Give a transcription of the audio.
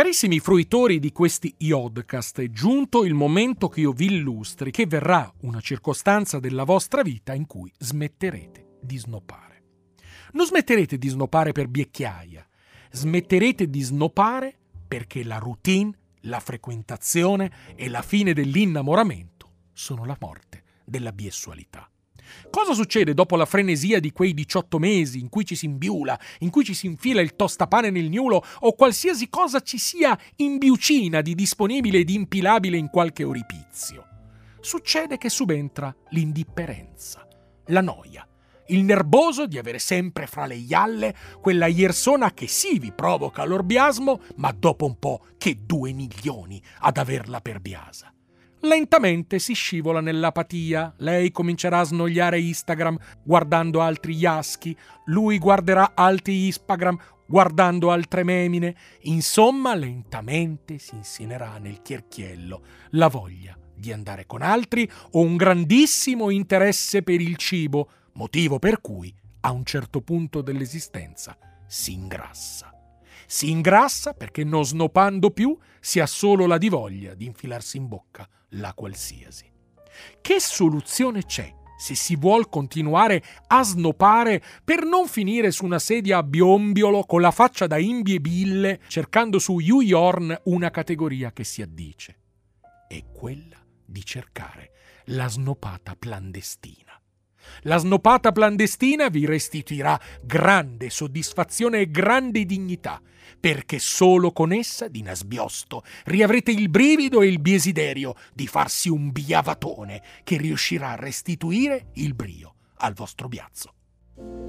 Carissimi fruitori di questi iodcast, è giunto il momento che io vi illustri che verrà una circostanza della vostra vita in cui smetterete di snopare. Non smetterete di snopare per biecchiaia, smetterete di snopare perché la routine, la frequentazione e la fine dell'innamoramento sono la morte della biessualità. Cosa succede dopo la frenesia di quei 18 mesi in cui ci si imbiula, in cui ci si infila il tostapane nel gnulo o qualsiasi cosa ci sia in biucina di disponibile ed impilabile in qualche oripizio? Succede che subentra l'indifferenza, la noia, il nervoso di avere sempre fra le ialle quella iersona che sì vi provoca l'orbiasmo, ma dopo un po' che 2 milioni ad averla per biasa. Lentamente si scivola nell'apatia, lei comincerà a snogliare Instagram guardando altri iaschi, lui guarderà altri Instagram guardando altre memine, insomma lentamente si insinerà nel chierchiello la voglia di andare con altri o un grandissimo interesse per il cibo, motivo per cui a un certo punto dell'esistenza si ingrassa. Si ingrassa perché non snopando più si ha solo la divoglia di infilarsi in bocca la qualsiasi. Che soluzione c'è se si vuol continuare a snopare per non finire su una sedia a biombiolo con la faccia da imbiebille cercando su YouYorn una categoria che si addice? È quella di cercare la snopata clandestina. La snopata clandestina vi restituirà grande soddisfazione e grande dignità, perché solo con essa, di nasbiosto, riavrete il brivido e il desiderio di farsi un biavatone che riuscirà a restituire il brio al vostro biazzo.